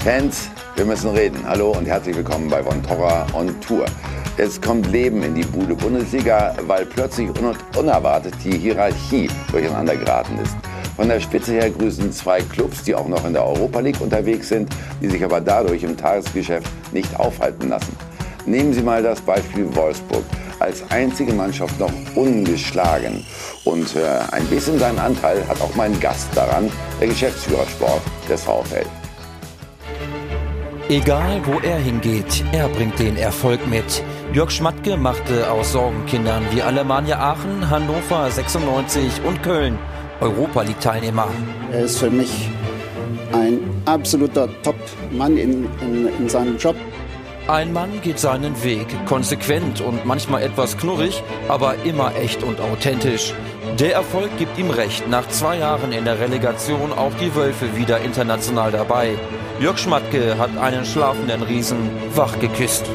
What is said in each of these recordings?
Fans, wir müssen reden. Hallo und herzlich willkommen bei Von Torra on Tour. Es kommt Leben in die Bude Bundesliga, weil plötzlich unerwartet die Hierarchie durcheinander geraten ist. Von der Spitze her grüßen zwei Clubs, die auch noch in der Europa League unterwegs sind, die sich aber dadurch im Tagesgeschäft nicht aufhalten lassen. Nehmen Sie mal das Beispiel Wolfsburg. Als einzige Mannschaft noch ungeschlagen. Und ein bisschen seinen Anteil hat auch mein Gast daran, der Geschäftsführer Sport des VfL. Egal wo er hingeht, er bringt den Erfolg mit. Jörg Schmatke machte aus Sorgenkindern wie Alemannia Aachen, Hannover 96 und Köln Europa League Teilnehmer. Er ist für mich ein absoluter Top-Mann in seinem Job. Ein Mann geht seinen Weg, konsequent und manchmal etwas knurrig, aber immer echt und authentisch. Der Erfolg gibt ihm recht, nach 2 Jahren in der Relegation auch die Wölfe wieder international dabei. Jörg Schmatke hat einen schlafenden Riesen wach geküsst.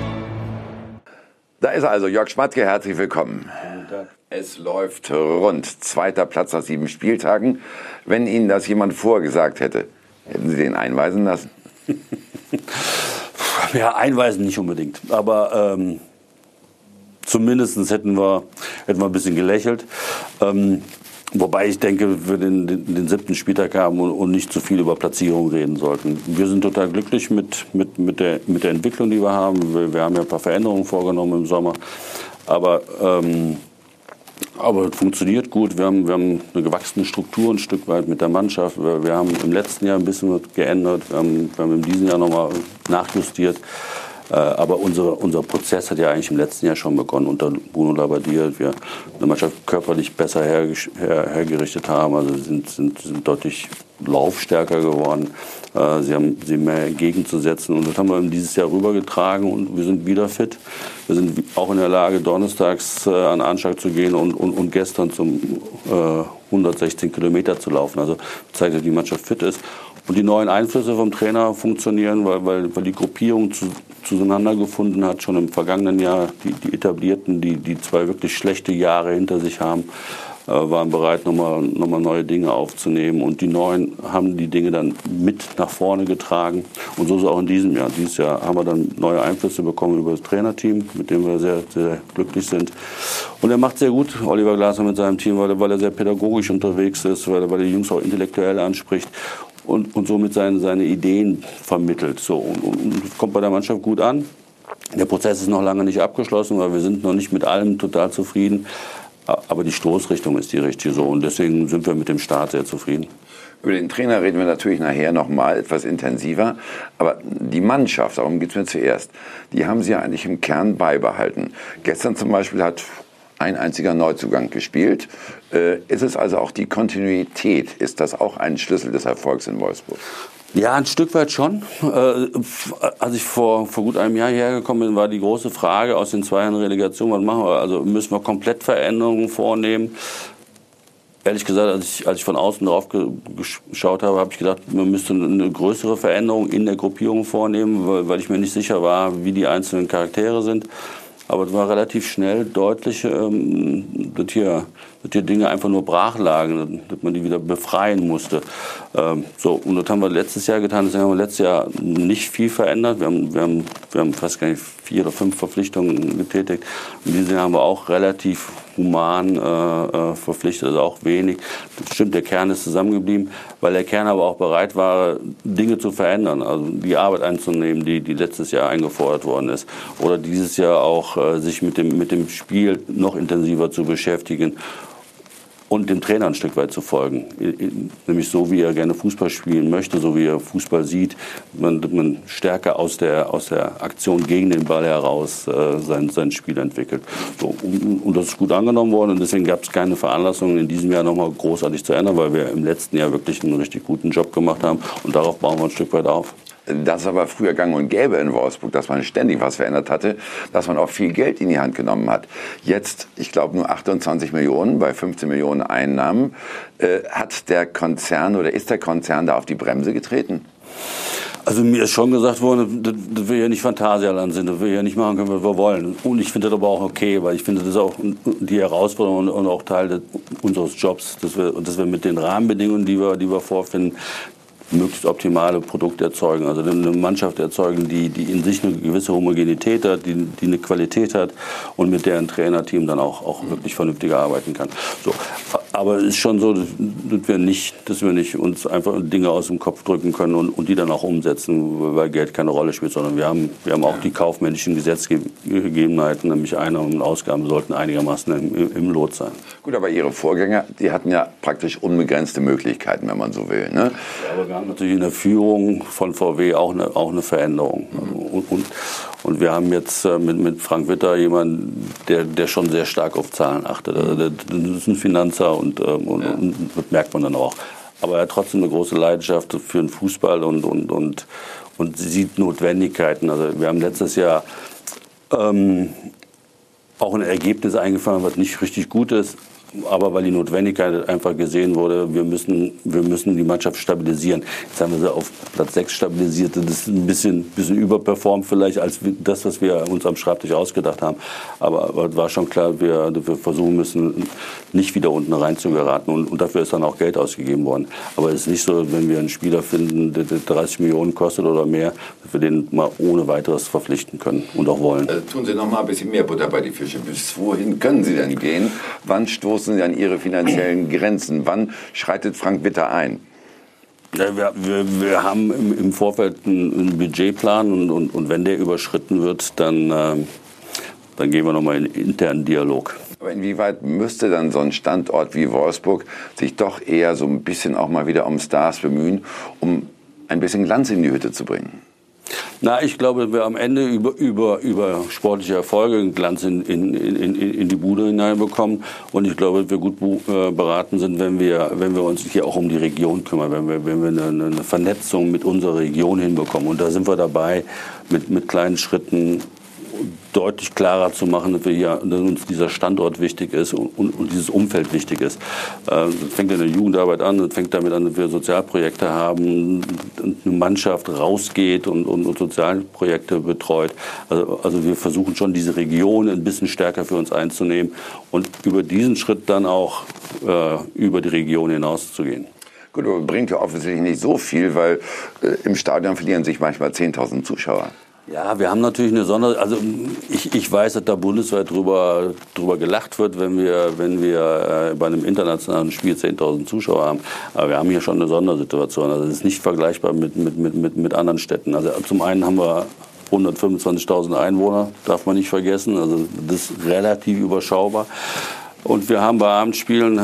Da ist er also, Jörg Schmatke, herzlich willkommen. Guten Tag. Es läuft rund, 2. Platz nach 7 Spieltagen. Wenn Ihnen das jemand vorgesagt hätte, hätten Sie den einweisen lassen? Ja, einweisen nicht unbedingt, aber zumindest hätten wir ein bisschen gelächelt. Wobei ich denke, wir den 7. Spieltag haben und nicht zu viel über Platzierung reden sollten. Wir sind total glücklich mit der Entwicklung, die wir haben. Wir haben ja ein paar Veränderungen vorgenommen im Sommer, aber es funktioniert gut. Wir haben eine gewachsene Struktur ein Stück weit mit der Mannschaft. Wir haben im letzten Jahr ein bisschen was geändert. Wir haben in diesem Jahr nochmal nachjustiert. Aber unser Prozess hat ja eigentlich im letzten Jahr schon begonnen unter Bruno Labbadia. Wir eine Mannschaft körperlich besser hergerichtet haben. Also sind deutlich laufstärker geworden. Sie haben mehr entgegenzusetzen. Und das haben wir dieses Jahr rübergetragen und wir sind wieder fit. Wir sind auch in der Lage, donnerstags an Anschlag zu gehen und gestern zum 116 Kilometer zu laufen. Also zeigt, dass die Mannschaft fit ist. Und die neuen Einflüsse vom Trainer funktionieren, weil die Gruppierung zueinander gefunden hat, schon im vergangenen Jahr. Die Etablierten, die 2 wirklich schlechte Jahre hinter sich haben, waren bereit, nochmal neue Dinge aufzunehmen. Und die Neuen haben die Dinge dann mit nach vorne getragen. Und so ist es auch in diesem Jahr. Dieses Jahr haben wir dann neue Einflüsse bekommen über das Trainerteam, mit dem wir sehr, sehr glücklich sind. Und er macht sehr gut, Oliver Glasner mit seinem Team, weil er sehr pädagogisch unterwegs ist, weil er die Jungs auch intellektuell anspricht. Und somit seine Ideen vermittelt. So, und das kommt bei der Mannschaft gut an. Der Prozess ist noch lange nicht abgeschlossen, weil wir sind noch nicht mit allem total zufrieden. Aber die Stoßrichtung ist die richtige so. Und deswegen sind wir mit dem Start sehr zufrieden. Über den Trainer reden wir natürlich nachher noch mal etwas intensiver. Aber die Mannschaft, darum geht es mir zuerst, die haben Sie ja eigentlich im Kern beibehalten. Gestern zum Beispiel hat ein einziger Neuzugang gespielt. Ist es also auch die Kontinuität? Ist das auch ein Schlüssel des Erfolgs in Wolfsburg? Ja, ein Stück weit schon. Als ich vor gut einem Jahr hierher gekommen bin, war die große Frage aus den 2 Jahren Relegation, was machen wir? Also müssen wir komplett Veränderungen vornehmen? Ehrlich gesagt, als ich von außen drauf geschaut habe, habe ich gedacht, man müsste eine größere Veränderung in der Gruppierung vornehmen, weil ich mir nicht sicher war, wie die einzelnen Charaktere sind. Aber es war relativ schnell deutlich, dass hier Dinge einfach nur brach lagen, dass man die wieder befreien musste. Und das haben wir letztes Jahr getan. Das haben wir letztes Jahr nicht viel verändert. Wir haben fast gar nicht 4 oder 5 Verpflichtungen getätigt. In diesem Jahr haben wir auch relativ human verpflichtet, also auch wenig. Das stimmt, der Kern ist zusammengeblieben, weil der Kern aber auch bereit war, Dinge zu verändern, also die Arbeit einzunehmen, die letztes Jahr eingefordert worden ist. Oder dieses Jahr auch sich mit dem Spiel noch intensiver zu beschäftigen. Und dem Trainer ein Stück weit zu folgen. Nämlich so, wie er gerne Fußball spielen möchte, so wie er Fußball sieht. Man stärker aus der Aktion gegen den Ball heraus sein Spiel entwickelt. So, und das ist gut angenommen worden. Und deswegen gab es keine Veranlassung, in diesem Jahr nochmal großartig zu ändern, weil wir im letzten Jahr wirklich einen richtig guten Job gemacht haben. Und darauf bauen wir ein Stück weit auf. Das aber früher gang und gäbe in Wolfsburg, dass man ständig was verändert hatte, dass man auch viel Geld in die Hand genommen hat. Jetzt, ich glaube, nur 28 Millionen bei 15 Millionen Einnahmen. Hat der Konzern oder ist der Konzern da auf die Bremse getreten? Also mir ist schon gesagt worden, dass wir ja nicht Phantasialand sind, dass wir ja nicht machen können, was wir wollen. Und ich finde das aber auch okay, weil ich finde, das ist auch die Herausforderung und auch Teil unseres Jobs, dass wir mit den Rahmenbedingungen, die wir vorfinden, möglichst optimale Produkte erzeugen, also eine Mannschaft erzeugen, die in sich eine gewisse Homogenität hat, die eine Qualität hat und mit der ein Trainerteam dann auch wirklich vernünftig arbeiten kann. So. Aber es ist schon so, dass wir nicht uns einfach Dinge aus dem Kopf drücken können und die dann auch umsetzen, weil Geld keine Rolle spielt, sondern wir haben auch die kaufmännischen Gesetzgegebenheiten, nämlich Einnahmen und Ausgaben sollten einigermaßen im Lot sein. Gut, aber Ihre Vorgänger, die hatten ja praktisch unbegrenzte Möglichkeiten, wenn man so will, ne? Ja, aber wir haben natürlich in der Führung von VW auch eine Veränderung. Und wir haben jetzt mit Frank Witter jemanden, der schon sehr stark auf Zahlen achtet. Also das ist ein Finanzer und das merkt man dann auch. Aber er hat trotzdem eine große Leidenschaft für den Fußball und sieht Notwendigkeiten. Also wir haben letztes Jahr auch ein Ergebnis eingefahren, was nicht richtig gut ist. Aber weil die Notwendigkeit einfach gesehen wurde, wir müssen die Mannschaft stabilisieren. Jetzt haben wir sie auf Platz 6 stabilisiert. Das ist ein bisschen überperformt vielleicht als das, was wir uns am Schreibtisch ausgedacht haben. Aber es war schon klar, wir versuchen müssen, nicht wieder unten rein zu geraten. Und dafür ist dann auch Geld ausgegeben worden. Aber es ist nicht so, wenn wir einen Spieler finden, der 30 Millionen kostet oder mehr, dass wir den mal ohne weiteres verpflichten können und auch wollen. Tun Sie noch mal ein bisschen mehr Butter bei die Fische. Bis wohin können Sie denn gehen? Wann stoßen Sie an Ihre finanziellen Grenzen? Wann schreitet Frank Witter ein? Ja, wir haben im Vorfeld einen Budgetplan und wenn der überschritten wird, dann gehen wir nochmal in internen Dialog. Aber inwieweit müsste dann so ein Standort wie Wolfsburg sich doch eher so ein bisschen auch mal wieder um Stars bemühen, um ein bisschen Glanz in die Hütte zu bringen? Na, ich glaube, wir am Ende über sportliche Erfolge einen Glanz in die Bude hineinbekommen. Und ich glaube, wir gut beraten sind, wenn wir uns hier auch um die Region kümmern, wenn wir eine Vernetzung mit unserer Region hinbekommen. Und da sind wir dabei, mit kleinen Schritten deutlich klarer zu machen, dass uns dieser Standort wichtig ist und dieses Umfeld wichtig ist. Das fängt in der Jugendarbeit an, das fängt damit an, dass wir Sozialprojekte haben, eine Mannschaft rausgeht und Sozialprojekte betreut. Also wir versuchen schon, diese Region ein bisschen stärker für uns einzunehmen und über diesen Schritt dann auch über die Region hinauszugehen. Gut, aber bringt ja offensichtlich nicht so viel, weil im Stadion verlieren sich manchmal 10.000 Zuschauer. Ja, wir haben natürlich eine also ich weiß, dass da bundesweit drüber gelacht wird, wenn wir bei einem internationalen Spiel 10.000 Zuschauer haben. Aber wir haben hier schon eine Sondersituation. Also das ist nicht vergleichbar mit anderen Städten. Also zum einen haben wir 125.000 Einwohner, darf man nicht vergessen. Also das ist relativ überschaubar. Und wir haben bei Abendspielen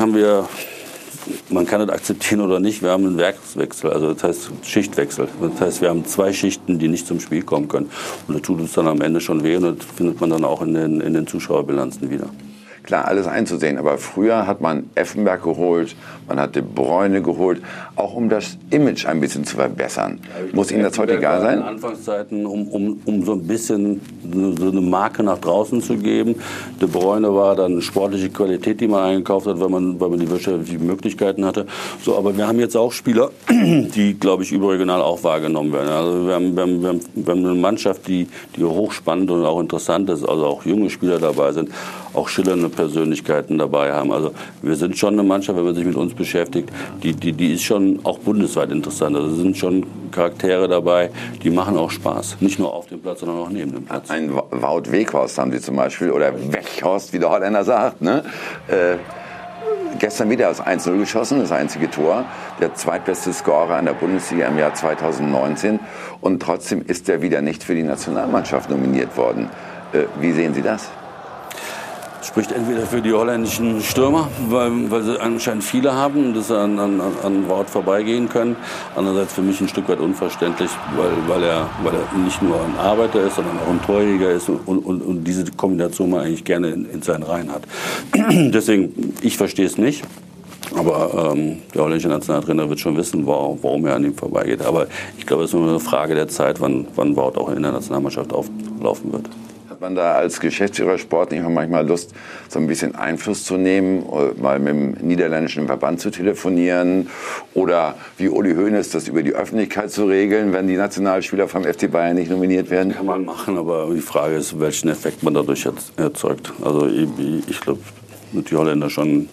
man kann das akzeptieren oder nicht, wir haben einen Werkswechsel, also das heißt Schichtwechsel. Das heißt, wir haben 2 Schichten, die nicht zum Spiel kommen können. Und das tut uns dann am Ende schon weh und das findet man dann auch in den Zuschauerbilanzen wieder. Klar, alles einzusehen, aber früher hat man Effenberg geholt, man hat De Bruyne geholt, auch um das Image ein bisschen zu verbessern. Muss Ihnen das heute egal sein? In Anfangszeiten, um so ein bisschen so eine Marke nach draußen zu geben. De Bruyne war dann sportliche Qualität, die man eingekauft hat, weil man die wirtschaftlichen Möglichkeiten hatte. So, aber wir haben jetzt auch Spieler, die, glaube ich, überregional auch wahrgenommen werden. Also wir haben eine Mannschaft, die hochspannend und auch interessant ist, also auch junge Spieler dabei sind, auch schillernde Persönlichkeiten dabei haben. Also wir sind schon eine Mannschaft, wenn man sich mit uns beschäftigt, die ist schon auch bundesweit interessant. Also es sind schon Charaktere dabei, die machen auch Spaß. Nicht nur auf dem Platz, sondern auch neben dem Platz. Ein Wout Weghorst haben Sie zum Beispiel, oder Weghorst, wie der Holländer sagt, ne? Gestern wieder das 1-0 geschossen, das einzige Tor. Der zweitbeste Scorer in der Bundesliga im Jahr 2019. Und trotzdem ist er wieder nicht für die Nationalmannschaft nominiert worden. Wie sehen Sie das? Spricht entweder für die holländischen Stürmer, weil sie anscheinend viele haben und das an Wout vorbeigehen können. Andererseits für mich ein Stück weit unverständlich, weil er nicht nur ein Arbeiter ist, sondern auch ein Torjäger ist und diese Kombination man eigentlich gerne in seinen Reihen hat. Deswegen, ich verstehe es nicht. Aber der holländische Nationaltrainer wird schon wissen, warum er an ihm vorbeigeht. Aber ich glaube, es ist nur eine Frage der Zeit, wann Wout auch in der Nationalmannschaft auflaufen wird. Hat man da als Geschäftsführer Sport nicht manchmal Lust, so ein bisschen Einfluss zu nehmen, mal mit dem niederländischen Verband zu telefonieren oder wie Uli Hoeneß das über die Öffentlichkeit zu regeln, wenn die Nationalspieler vom FC Bayern nicht nominiert werden? Kann man machen, aber die Frage ist, welchen Effekt man dadurch erzeugt. Also ich glaube, die Holländer schon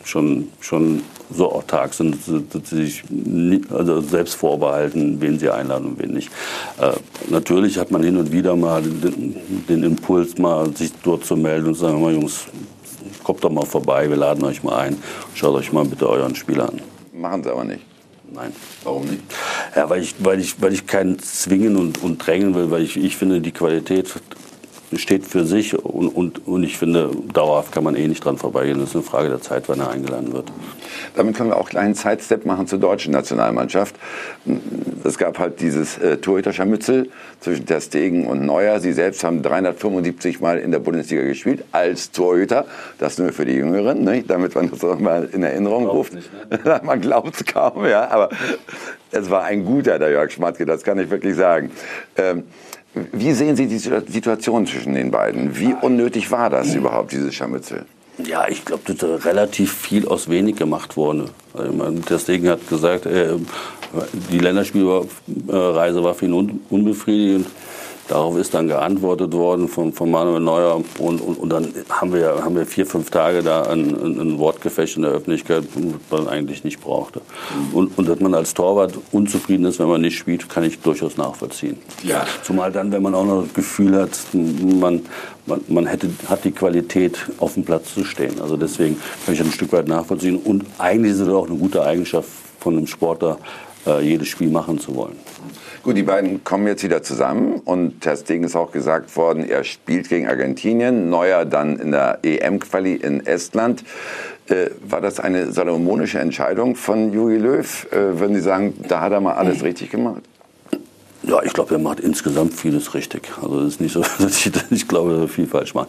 so autark sind, dass sie sich also selbst vorbehalten, wen sie einladen und wen nicht. Natürlich hat man hin und wieder mal den Impuls, mal sich dort zu melden und zu sagen, Jungs, kommt doch mal vorbei, wir laden euch mal ein, schaut euch mal bitte euren Spiel an. Machen sie aber nicht. Nein. Warum nicht? Ja, weil ich keinen zwingen und drängen will, weil ich finde, die Qualität steht für sich und ich finde, dauerhaft kann man nicht dran vorbeigehen. Das ist eine Frage der Zeit, wann er eingeladen wird. Damit können wir auch einen kleinen Sidestep machen zur deutschen Nationalmannschaft. Es gab halt dieses Torhüter-Scharmützel zwischen Ter Stegen und Neuer. Sie selbst haben 375 Mal in der Bundesliga gespielt als Torhüter. Das nur für die Jüngeren, nicht? Damit man das auch mal in Erinnerung ruft. Nicht, ne? Man glaubt es kaum, ja, aber es war ein guter, der Jörg Schmatke, das kann ich wirklich sagen. Wie sehen Sie die Situation zwischen den beiden? Wie unnötig war das überhaupt, dieses Scharmützel? Ja, ich glaube, dass da relativ viel aus wenig gemacht wurde. Also, Ter Stegen hat gesagt, die Länderspielreise war für ihn unbefriedigend. Darauf ist dann geantwortet worden von Manuel Neuer und dann haben wir 4-5 Tage da ein Wortgefecht in der Öffentlichkeit, was man eigentlich nicht brauchte. Und dass man als Torwart unzufrieden ist, wenn man nicht spielt, kann ich durchaus nachvollziehen. Ja. Zumal dann, wenn man auch noch das Gefühl hat, man hat die Qualität, auf dem Platz zu stehen. Also deswegen kann ich das ein Stück weit nachvollziehen. Und eigentlich ist es auch eine gute Eigenschaft von einem Sportler, jedes Spiel machen zu wollen. Gut, die beiden kommen jetzt wieder zusammen und Ter Stegen ist auch gesagt worden, er spielt gegen Argentinien, Neuer dann in der EM-Quali in Estland. War das eine salomonische Entscheidung von Jogi Löw? Würden Sie sagen, da hat er mal alles richtig gemacht? Ja, ich glaube, er macht insgesamt vieles richtig. Also es ist nicht so, dass ich glaube, dass er viel falsch macht.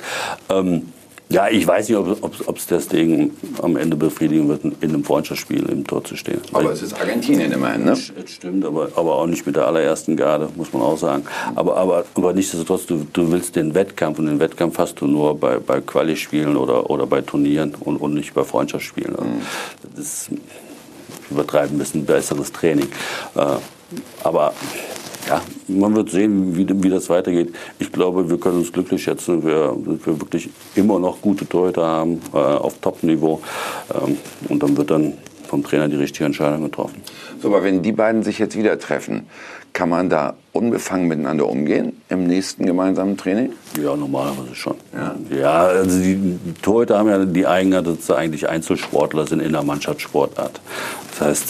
Ja, ich weiß nicht, ob es Ter Stegen am Ende befriedigen wird, in einem Freundschaftsspiel im Tor zu stehen. Aber es ist Argentinien immerhin, ne? Das stimmt, aber auch nicht mit der allerersten Garde, muss man auch sagen. Aber nichtsdestotrotz, du willst den Wettkampf und den Wettkampf hast du nur bei Quali-Spielen oder bei Turnieren und nicht bei Freundschaftsspielen. Also das ist übertreiben ein bisschen besseres Training. Aber ja, man wird sehen, wie das weitergeht. Ich glaube, wir können uns glücklich schätzen, dass wir wirklich immer noch gute Torhüter haben, auf Top-Niveau. Und dann wird dann vom Trainer die richtige Entscheidung getroffen. So, aber wenn die beiden sich jetzt wieder treffen, kann man da unbefangen miteinander umgehen im nächsten gemeinsamen Training? Ja, normalerweise schon. Ja, also die Torhüter haben ja die Eigenart, dass sie eigentlich Einzelsportler sind in der Mannschaftssportart. Das heißt,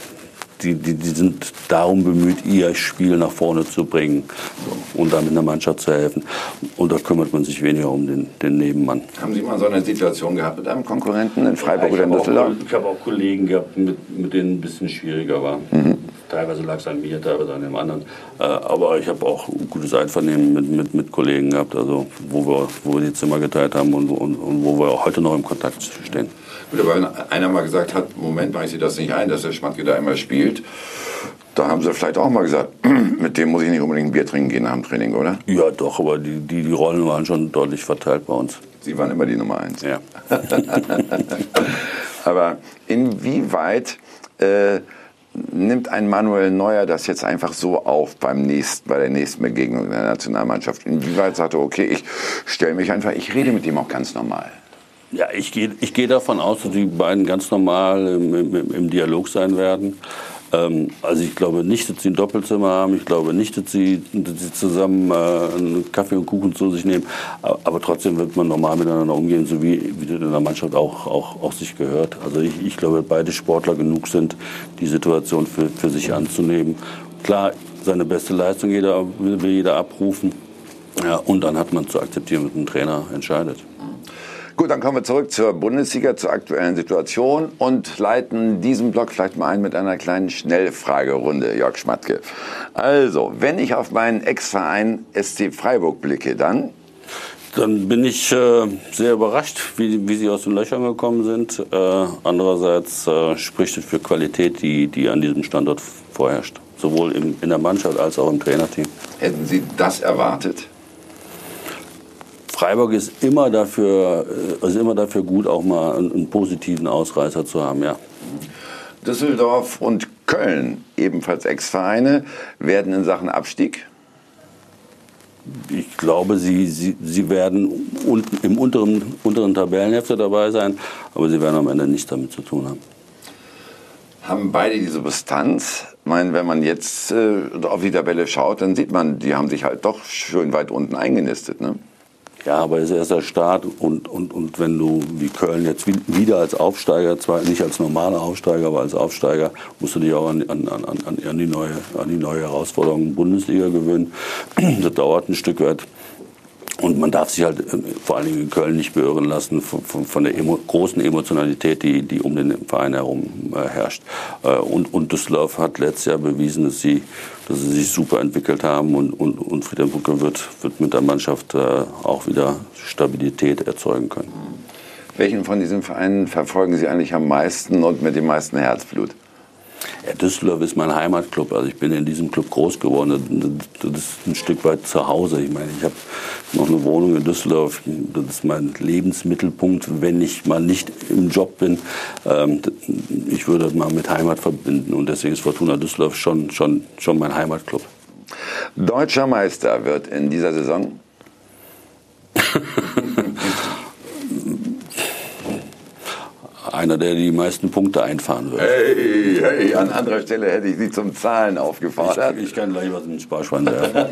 die sind darum bemüht, ihr Spiel nach vorne zu bringen und damit einer Mannschaft zu helfen. Und da kümmert man sich weniger um den Nebenmann. Haben Sie mal so eine Situation gehabt mit einem Konkurrenten in Freiburg oder in Düsseldorf? Ich habe auch Kollegen gehabt, mit denen ein bisschen schwieriger war. Mhm. Teilweise lag es an mir, teilweise an dem anderen. Aber ich habe auch ein gutes Einvernehmen mit Kollegen gehabt, also wo wir die Zimmer geteilt haben und wo wir auch heute noch im Kontakt stehen. Gut, aber wenn einer mal gesagt hat, Moment mal, ich sehe das nicht ein, dass der Schmatke da immer spielt, da haben Sie vielleicht auch mal gesagt, mit dem muss ich nicht unbedingt ein Bier trinken gehen nach dem Training, oder? Ja, doch, aber die Rollen waren schon deutlich verteilt bei uns. Sie waren immer die Nummer 1. Ja. Aber inwieweit nimmt ein Manuel Neuer das jetzt einfach so auf bei der nächsten Begegnung in der Nationalmannschaft? Inwieweit sagt er, okay, ich stelle mich einfach, ich rede mit ihm auch ganz normal? Ja, ich gehe davon aus, dass die beiden ganz normal im Dialog sein werden. Also ich glaube nicht, dass sie ein Doppelzimmer haben. Ich glaube nicht, dass sie zusammen einen Kaffee und Kuchen zu sich nehmen. Aber trotzdem wird man normal miteinander umgehen, so wie das in der Mannschaft auch sich gehört. Also ich glaube, dass beide Sportler genug sind, die Situation für sich anzunehmen. Klar, seine beste Leistung will jeder abrufen. Ja, und dann hat man zu akzeptieren, was ein Trainer entscheidet. Gut, dann kommen wir zurück zur Bundesliga, zur aktuellen Situation und leiten diesen Block vielleicht mal ein mit einer kleinen Schnellfragerunde, Jörg Schmatke. Also, wenn ich auf meinen Ex-Verein SC Freiburg blicke, dann bin ich sehr überrascht, wie sie aus den Löchern gekommen sind. Andererseits spricht es für Qualität, die an diesem Standort vorherrscht. Sowohl in der Mannschaft als auch im Trainerteam. Hätten Sie das erwartet? Freiburg ist immer dafür gut, auch mal einen positiven Ausreißer zu haben, ja. Düsseldorf und Köln, ebenfalls Ex-Vereine, werden in Sachen Abstieg? Ich glaube, sie werden im unteren Tabellenhälfte dabei sein, aber sie werden am Ende nichts damit zu tun haben. Haben beide die Substanz? Ich meine, wenn man jetzt auf die Tabelle schaut, dann sieht man, die haben sich halt doch schön weit unten eingenistet, ne? Ja, aber es ist erst der Start und wenn du wie Köln jetzt wieder als Aufsteiger, zwar nicht als normaler Aufsteiger, aber als Aufsteiger, musst du dich auch an die neue Herausforderung Bundesliga gewöhnen. Das dauert ein Stück weit. Und man darf sich halt vor allen Dingen in Köln nicht beirren lassen von der großen Emotionalität, die um den Verein herum herrscht. Und Düsseldorf hat letztes Jahr bewiesen, dass sie sich super entwickelt haben und Friedhelm Funkel wird mit der Mannschaft auch wieder Stabilität erzeugen können. Welchen von diesen Vereinen verfolgen Sie eigentlich am meisten und mit dem meisten Herzblut? Ja, Düsseldorf ist mein Heimatclub. Also ich bin in diesem Club groß geworden. Das ist ein Stück weit zu Hause. Ich meine, ich habe noch eine Wohnung in Düsseldorf. Das ist mein Lebensmittelpunkt, wenn ich mal nicht im Job bin. Ich würde das mal mit Heimat verbinden. Und deswegen ist Fortuna Düsseldorf schon mein Heimatclub. Deutscher Meister wird in dieser Saison? Einer, der die meisten Punkte einfahren wird. Hey, an anderer Stelle hätte ich Sie zum Zahlen aufgefordert. Ich kann gleich was in den Sparschwein werfen.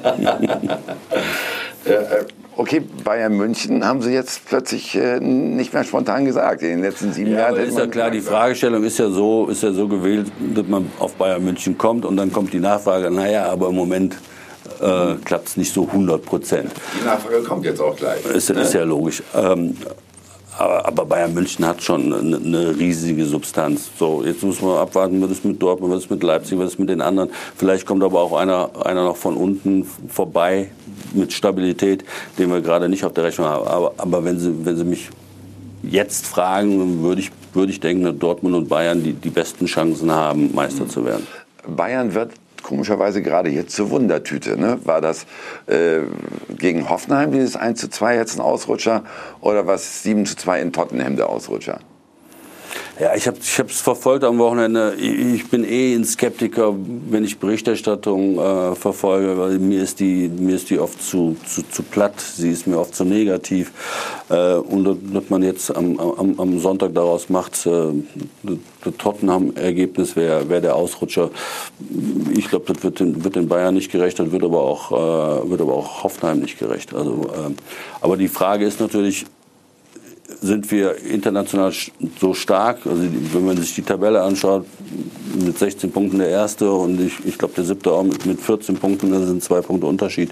Okay, Bayern München haben Sie jetzt plötzlich nicht mehr spontan gesagt. In den letzten 7 Jahren. Ist ja klar, die Fragestellung ist ja so gewählt, dass man auf Bayern München kommt und dann kommt die Nachfrage, naja, aber im Moment klappt es nicht so 100%. Die Nachfrage kommt jetzt auch gleich. Ist ja logisch. Aber Bayern München hat schon eine riesige Substanz. So, jetzt muss man abwarten, was ist mit Dortmund, was ist mit Leipzig, was ist mit den anderen. Vielleicht kommt aber auch einer noch von unten vorbei mit Stabilität, den wir gerade nicht auf der Rechnung haben. Aber wenn Sie mich jetzt fragen, würde ich denken, dass Dortmund und Bayern die besten Chancen haben, Meister zu werden. Bayern wird komischerweise gerade hier zur Wundertüte. Ne? War das gegen Hoffenheim dieses 1:2 jetzt ein Ausrutscher oder was 7:2 in Tottenham der Ausrutscher? Ja, ich hab's verfolgt am Wochenende. Ich bin ein Skeptiker, wenn ich Berichterstattung verfolge, weil mir ist die oft zu platt, sie ist mir oft zu negativ. Und dass man jetzt am Sonntag daraus macht, das Tottenham-Ergebnis wäre der Ausrutscher. Ich glaube, das wird den Bayern nicht gerecht, das wird aber auch Hoffenheim nicht gerecht. Also, aber die Frage ist natürlich, sind wir international so stark? Also wenn man sich die Tabelle anschaut, mit 16 Punkten der Erste und ich glaube der Siebte auch mit 14 Punkten, das sind 2 Punkte Unterschied.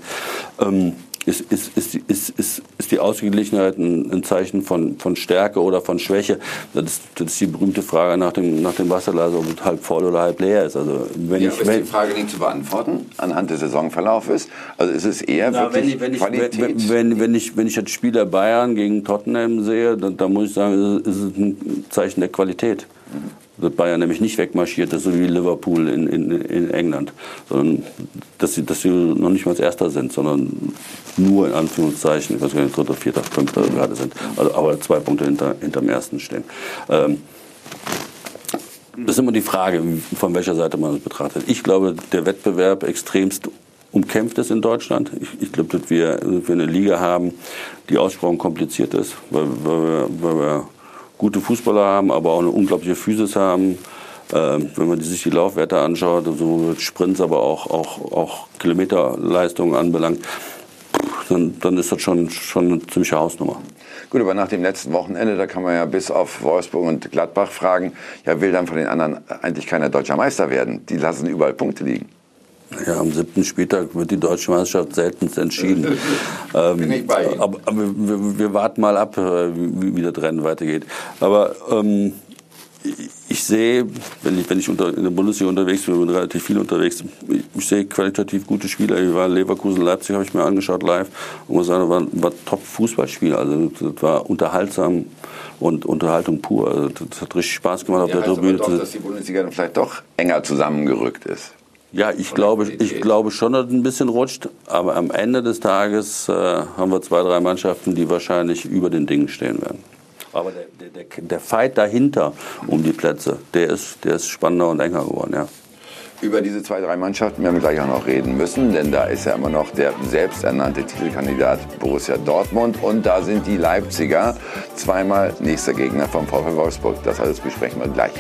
Ist die Ausgeglichenheit ein Zeichen von Stärke oder von Schwäche? Das ist die berühmte Frage nach dem Wasserglas, ob es halb voll oder halb leer ist. Also ist die Frage nicht zu beantworten anhand des Saisonverlaufes? Also ist es eher wirklich Qualität? Wenn ich jetzt Spieler Bayern gegen Tottenham sehe, dann muss ich sagen, ist es ein Zeichen der Qualität. Dass Bayern nämlich nicht wegmarschiert ist, so wie Liverpool in England, sondern dass sie noch nicht mal als Erster sind, sondern nur in Anführungszeichen, ich weiß gar nicht, Dritter, Vierter, Fünfter gerade sind, also, aber 2 Punkte hinterm Ersten stehen. Das ist immer die Frage, von welcher Seite man es betrachtet. Ich glaube, der Wettbewerb extremst umkämpft ist in Deutschland. Ich glaube, dass wir eine Liga haben, die ausgesprochen kompliziert ist, weil wir gute Fußballer haben, aber auch eine unglaubliche Physis haben. Wenn man sich die Laufwerte anschaut, so Sprints, aber auch Kilometerleistungen anbelangt, dann ist das schon eine ziemliche Hausnummer. Gut, aber nach dem letzten Wochenende, da kann man ja bis auf Wolfsburg und Gladbach fragen, ja, will dann von den anderen eigentlich keiner deutscher Meister werden? Die lassen überall Punkte liegen. Ja, am 7. Spieltag wird die Deutsche Meisterschaft seltenst entschieden. Bin ich bei Ihnen. Aber wir warten mal ab, wie das Rennen weitergeht. Aber ich sehe, wenn ich in der Bundesliga unterwegs bin, relativ viel unterwegs, ich sehe qualitativ gute Spieler. Ich war in Leverkusen, Leipzig, habe ich mir angeschaut live. Und muss sagen, war Top-Fußballspiel. Also das war unterhaltsam und Unterhaltung pur. Also das hat richtig Spaß gemacht auf der Tribüne. Doch, dass die Bundesliga dann vielleicht doch enger zusammengerückt ist. Ja, ich glaube schon, dass es ein bisschen rutscht, aber am Ende des Tages haben wir 2, 3 Mannschaften, die wahrscheinlich über den Dingen stehen werden. Aber der Fight dahinter um die Plätze, der ist spannender und enger geworden, ja. Über diese 2, 3 Mannschaften werden wir gleich auch noch reden müssen, denn da ist ja immer noch der selbsternannte Titelkandidat Borussia Dortmund und da sind die Leipziger zweimal nächster Gegner vom VfL Wolfsburg. Das alles besprechen wir gleich.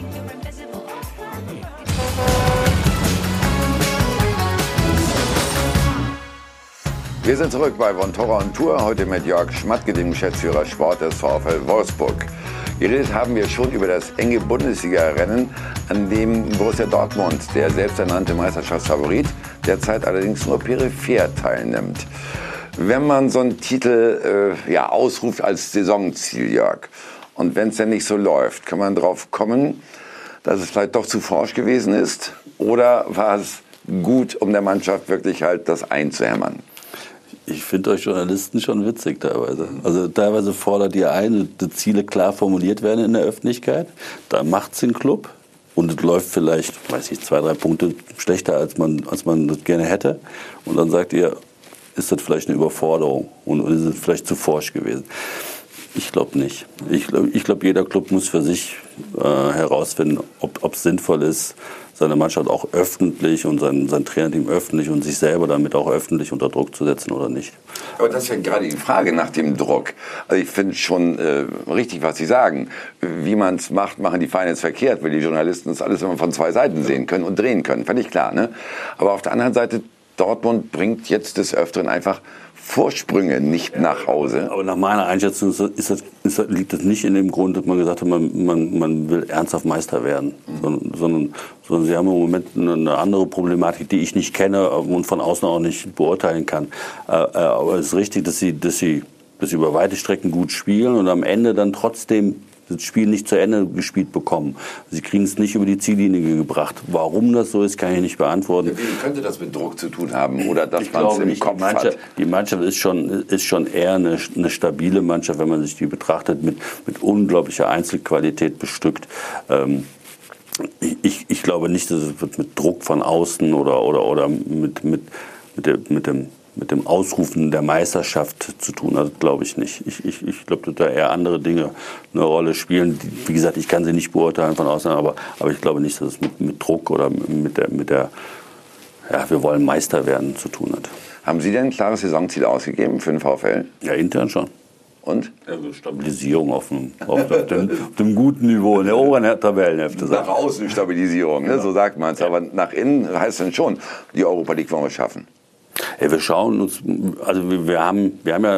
Wir sind zurück bei Von Torra on Tour, heute mit Jörg Schmatke, dem Geschäftsführer Sport des VfL Wolfsburg. Geredet haben wir schon über das enge Bundesliga-Rennen, an dem Borussia Dortmund, der selbsternannte Meisterschaftsfavorit, derzeit allerdings nur peripher teilnimmt. Wenn man so einen Titel ausruft als Saisonziel, Jörg, und wenn es denn nicht so läuft, kann man drauf kommen, dass es vielleicht doch zu forsch gewesen ist? Oder war es gut, um der Mannschaft wirklich halt das einzuhämmern? Ich finde euch Journalisten schon witzig teilweise. Also teilweise fordert ihr ein, die Ziele klar formuliert werden in der Öffentlichkeit. Da macht's den Club und es läuft vielleicht, 2, 3 Punkte schlechter, als man das gerne hätte. Und dann sagt ihr, ist das vielleicht eine Überforderung und ist es vielleicht zu forsch gewesen? Ich glaube nicht. Ich glaube, jeder Club muss für sich herausfinden, ob es sinnvoll ist, seine Mannschaft auch öffentlich und sein Trainerteam öffentlich und sich selber damit auch öffentlich unter Druck zu setzen oder nicht. Aber das ist ja gerade die Frage nach dem Druck. Also ich finde schon richtig, was Sie sagen. Wie man es macht, machen die Vereine jetzt verkehrt, weil die Journalisten das alles immer von 2 Seiten sehen können und drehen können. Völlig klar, ne? Aber auf der anderen Seite, Dortmund bringt jetzt des Öfteren einfach Vorsprünge nicht nach Hause. Aber nach meiner Einschätzung liegt das nicht in dem Grund, dass man gesagt hat, man will ernsthaft Meister werden. Sondern sie haben im Moment eine andere Problematik, die ich nicht kenne und von außen auch nicht beurteilen kann. Aber es ist richtig, dass sie über weite Strecken gut spielen und am Ende dann trotzdem das Spiel nicht zu Ende gespielt bekommen. Sie kriegen es nicht über die Ziellinie gebracht. Warum das so ist, kann ich nicht beantworten. Wie könnte das mit Druck zu tun haben oder dass man es im Kopf hat? Die Mannschaft ist schon eher eine stabile Mannschaft, wenn man sich die betrachtet, mit unglaublicher Einzelqualität bestückt. Ich glaube nicht, dass es mit Druck von außen oder mit dem Ausrufen der Meisterschaft zu tun hat, glaube ich nicht. Ich glaube, dass da eher andere Dinge eine Rolle spielen. Wie gesagt, ich kann sie nicht beurteilen von außen, aber ich glaube nicht, dass es mit Druck oder mit der wir wollen Meister werden zu tun hat. Haben Sie denn ein klares Saisonziel ausgegeben für den VfL? Ja, intern schon. Und? Also Stabilisierung auf dem guten Niveau, in der oberen Tabellenhälfte. Nach außen Stabilisierung, ne? So sagt man es. Aber nach innen heißt es dann schon, die Europa League wollen wir schaffen. Hey, wir schauen uns, also wir haben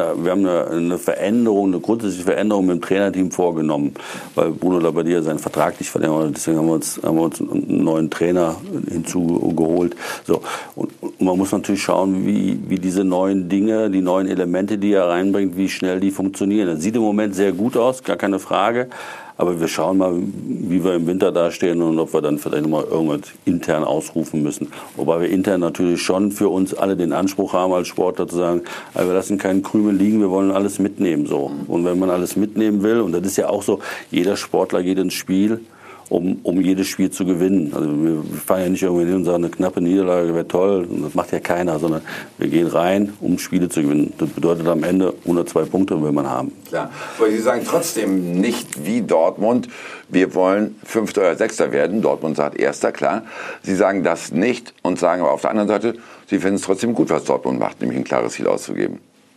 eine Veränderung, eine grundsätzliche Veränderung mit dem Trainerteam vorgenommen, weil Bruno Labbadia seinen Vertrag nicht verlängert hat. Deswegen haben wir uns einen neuen Trainer hinzugeholt. So, und man muss natürlich schauen, wie diese neuen Dinge, die neuen Elemente, die er reinbringt, wie schnell die funktionieren. Das sieht im Moment sehr gut aus, gar keine Frage. Aber wir schauen mal, wie wir im Winter dastehen und ob wir dann vielleicht nochmal irgendwas intern ausrufen müssen. Wobei wir intern natürlich schon für uns alle den Anspruch haben, als Sportler zu sagen, wir lassen keinen Krümel liegen, wir wollen alles mitnehmen. So. Und wenn man alles mitnehmen will, und das ist ja auch so, jeder Sportler geht ins Spiel, um jedes Spiel zu gewinnen. Also wir fahren ja nicht irgendwie hin und sagen, eine knappe Niederlage wäre toll, und das macht ja keiner, sondern wir gehen rein, um Spiele zu gewinnen. Das bedeutet am Ende 102 Punkte will man haben. Klar, aber Sie sagen trotzdem nicht wie Dortmund, wir wollen 5. oder 6. werden. Dortmund sagt 1., klar. Sie sagen das nicht und sagen aber auf der anderen Seite, Sie finden es trotzdem gut, was Dortmund macht, nämlich ein klares Ziel auszugeben.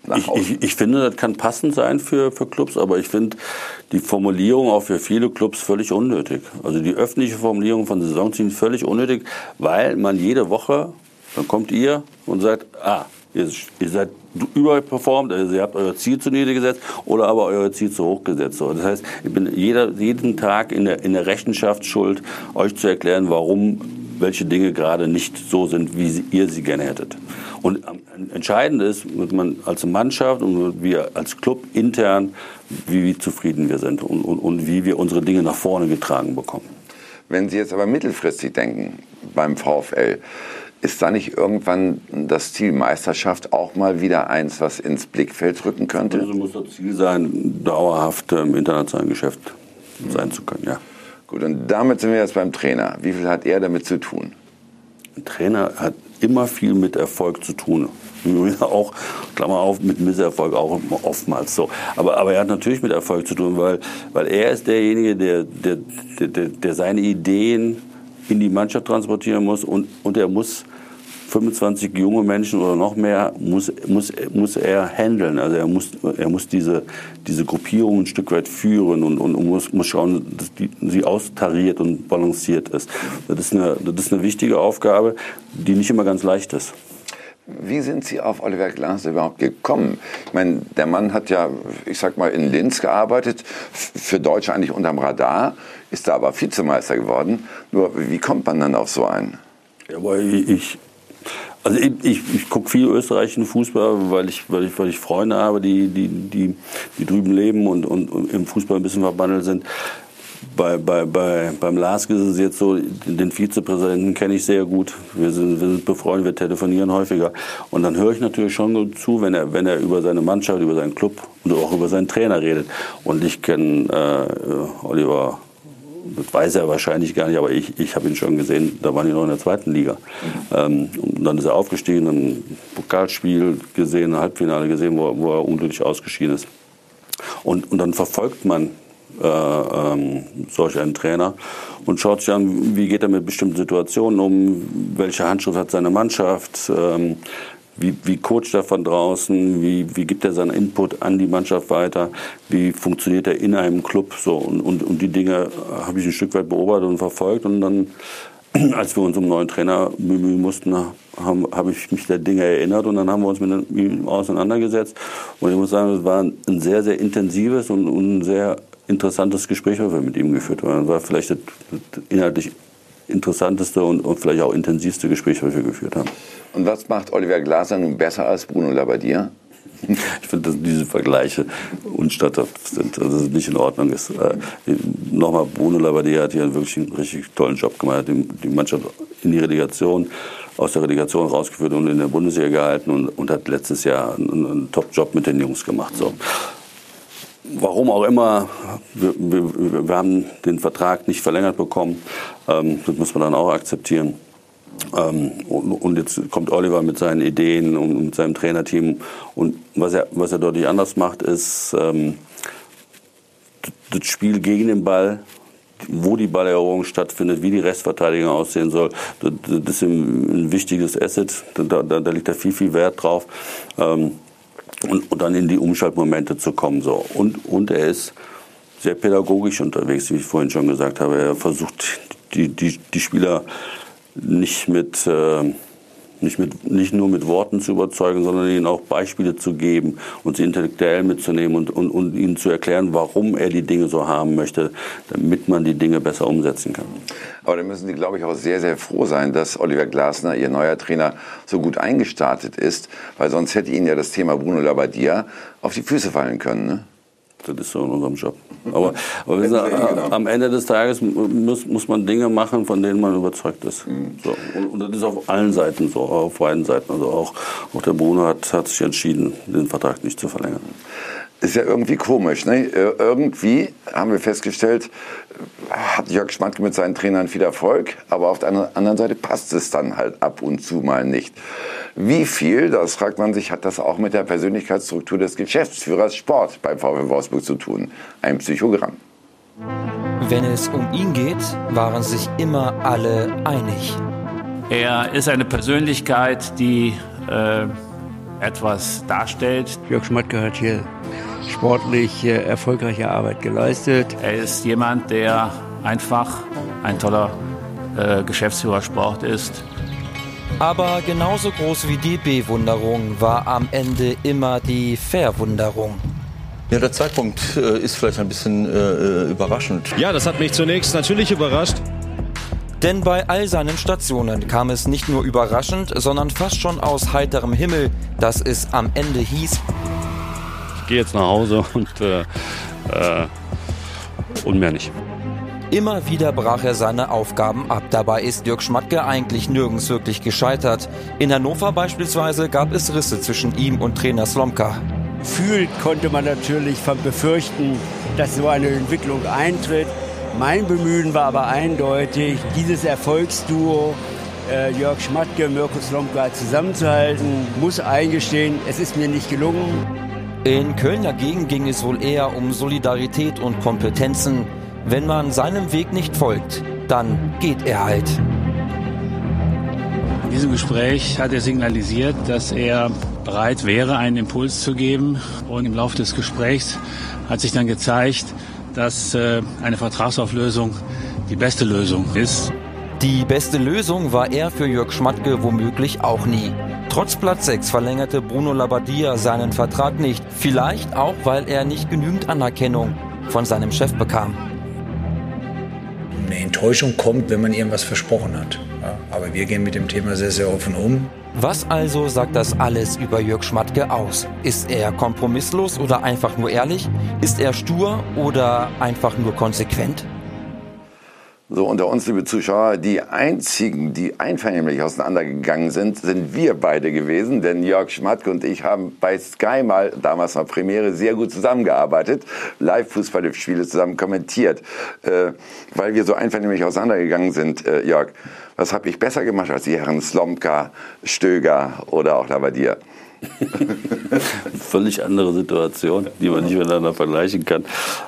Ich finde, das kann passend sein für Clubs, aber ich finde die Formulierung auch für viele Clubs völlig unnötig. Also die öffentliche Formulierung von Saisonzielen völlig unnötig, weil man jede Woche, dann kommt ihr und sagt, ihr seid überperformt, also ihr habt euer Ziel zu niedrig gesetzt oder aber euer Ziel zu hoch gesetzt. So, das heißt, ich bin jeden Tag in der Rechenschaft schuld, euch zu erklären, warum welche Dinge gerade nicht so sind, wie ihr sie gerne hättet. Und entscheidend ist, dass man als Mannschaft und wir als Club intern, wie zufrieden wir sind und wie wir unsere Dinge nach vorne getragen bekommen. Wenn Sie jetzt aber mittelfristig denken beim VfL, ist da nicht irgendwann das Ziel Meisterschaft auch mal wieder eins, was ins Blickfeld rücken könnte? Also muss das Ziel sein, dauerhaft im internationalen Geschäft sein zu können, ja. Gut, und damit sind wir jetzt beim Trainer. Wie viel hat er damit zu tun? Ein Trainer hat immer viel mit Erfolg zu tun. Auch, Klammer auf, mit Misserfolg auch oftmals so. Aber er hat natürlich mit Erfolg zu tun, weil er ist derjenige, der seine Ideen in die Mannschaft transportieren muss und er muss 25 junge Menschen oder noch mehr muss er handeln. Also er muss diese Gruppierung ein Stück weit führen und muss schauen, dass sie austariert und balanciert ist. Das ist eine wichtige Aufgabe, die nicht immer ganz leicht ist. Wie sind Sie auf Oliver Glasner überhaupt gekommen? Ich meine, der Mann hat ja, ich sag mal, in Linz gearbeitet, für Deutsche eigentlich unterm Radar, ist da aber Vizemeister geworden. Nur, wie kommt man dann auf so einen? Ja, aber ich gucke viel österreichischen Fußball, weil ich Freunde habe, die drüben leben und im Fußball ein bisschen verbandelt sind. Beim LASK ist es jetzt so, den Vizepräsidenten kenne ich sehr gut. Wir sind befreundet, wir telefonieren häufiger. Und dann höre ich natürlich schon zu, wenn er über seine Mannschaft, über seinen Club und auch über seinen Trainer redet. Und ich kenne Oliver, das weiß er wahrscheinlich gar nicht, aber ich habe ihn schon gesehen, da waren die noch in der 2. Liga. Und dann ist er aufgestiegen, ein Pokalspiel gesehen, ein Halbfinale gesehen, wo er unglücklich ausgeschieden ist. Und dann verfolgt man solch einen Trainer und schaut sich an, wie geht er mit bestimmten Situationen um, welche Handschrift hat seine Mannschaft, wie coacht er von draußen, wie gibt er seinen Input an die Mannschaft weiter, wie funktioniert er in einem Club, so und die Dinge habe ich ein Stück weit beobachtet und verfolgt und dann, als wir uns um einen neuen Trainer bemühen mussten, habe ich mich der Dinge erinnert und dann haben wir uns mit ihm auseinandergesetzt und ich muss sagen, es war ein sehr, sehr intensives und ein sehr interessantes Gespräch, was wir mit ihm geführt haben. Das war vielleicht das inhaltlich interessanteste und vielleicht auch intensivste Gespräch, was wir geführt haben. Und was macht Oliver Glasner nun besser als Bruno Labbadia? Ich finde, dass diese Vergleiche unstatthaft sind, also das nicht in Ordnung ist. Nochmal, Bruno Labbadia hat hier wirklich einen richtig tollen Job gemacht, hat die Mannschaft in die Relegation, aus der Relegation rausgeführt und in der Bundesliga gehalten und hat letztes Jahr einen Top-Job mit den Jungs gemacht. So. Warum auch immer, wir haben den Vertrag nicht verlängert bekommen, das muss man dann auch akzeptieren. Und jetzt kommt Oliver mit seinen Ideen und mit seinem Trainerteam und was er deutlich anders macht, ist das Spiel gegen den Ball, wo die Balleroberung stattfindet, wie die Restverteidigung aussehen soll. Das ist ein wichtiges Asset, da liegt da viel Wert drauf. Und dann in die Umschaltmomente zu kommen. So. Und er ist sehr pädagogisch unterwegs, wie ich vorhin schon gesagt habe. Er versucht, die Spieler nicht nur mit Worten zu überzeugen, sondern ihnen auch Beispiele zu geben und sie intellektuell mitzunehmen und ihnen zu erklären, warum er die Dinge so haben möchte, damit man die Dinge besser umsetzen kann. Aber da müssen Sie, glaube ich, auch sehr, sehr froh sein, dass Oliver Glasner, Ihr neuer Trainer, so gut eingestartet ist, weil sonst hätte Ihnen ja das Thema Bruno Labbadia auf die Füße fallen können, ne? Das ist so in unserem Job. Aber am Ende des Tages muss man Dinge machen, von denen man überzeugt ist. So. Und das ist auf allen Seiten so, auf beiden Seiten. Also auch der Bruno hat sich entschieden, den Vertrag nicht zu verlängern. Ist ja irgendwie komisch, ne? Irgendwie haben wir festgestellt, hat Jörg Schmatke mit seinen Trainern viel Erfolg, aber auf der anderen Seite passt es dann halt ab und zu mal nicht. Wie viel, das fragt man sich, hat das auch mit der Persönlichkeitsstruktur des Geschäftsführers Sport beim VfL Wolfsburg zu tun? Ein Psychogramm. Wenn es um ihn geht, waren sich immer alle einig. Er ist eine Persönlichkeit, die etwas darstellt. Jörg Schmatke hat hier sportlich erfolgreiche Arbeit geleistet. Er ist jemand, der einfach ein toller Geschäftsführer Sport ist. Aber genauso groß wie die Bewunderung war am Ende immer die Verwunderung. Ja, der Zeitpunkt ist vielleicht ein bisschen überraschend. Ja, das hat mich zunächst natürlich überrascht. Denn bei all seinen Stationen kam es nicht nur überraschend, sondern fast schon aus heiterem Himmel, dass es am Ende hieß: Ich gehe jetzt nach Hause und mehr nicht. Immer wieder brach er seine Aufgaben ab. Dabei ist Jörg Schmatke eigentlich nirgends wirklich gescheitert. In Hannover beispielsweise gab es Risse zwischen ihm und Trainer Slomka. Fühlt konnte man natürlich befürchten, dass so eine Entwicklung eintritt. Mein Bemühen war aber eindeutig, dieses Erfolgsduo Jörg Schmatke, Mirko Slomka zusammenzuhalten. Muss eingestehen, es ist mir nicht gelungen. In Köln dagegen ging es wohl eher um Solidarität und Kompetenzen. Wenn man seinem Weg nicht folgt, dann geht er halt. In diesem Gespräch hat er signalisiert, dass er bereit wäre, einen Impuls zu geben. Und im Laufe des Gesprächs hat sich dann gezeigt, dass eine Vertragsauflösung die beste Lösung ist. Die beste Lösung war er für Jörg Schmadtke womöglich auch nie. Trotz Platz 6 verlängerte Bruno Labbadia seinen Vertrag nicht. Vielleicht auch, weil er nicht genügend Anerkennung von seinem Chef bekam. Eine Enttäuschung kommt, wenn man irgendwas versprochen hat. Ja, aber wir gehen mit dem Thema sehr, sehr offen um. Was also sagt das alles über Jörg Schmadtke aus? Ist er kompromisslos oder einfach nur ehrlich? Ist er stur oder einfach nur konsequent? So, unter uns, liebe Zuschauer, die einzigen, die einvernehmlich auseinandergegangen sind, sind wir beide gewesen. Denn Jörg Schmadtke und ich haben bei Sky mal, damals noch Premiere, sehr gut zusammengearbeitet. Live-Fußballspiele zusammen kommentiert. Weil wir so einvernehmlich auseinandergegangen sind, Jörg, was habe ich besser gemacht als die Herren Slomka, Stöger oder auch Labbadia? Völlig andere Situation, die man nicht miteinander vergleichen kann.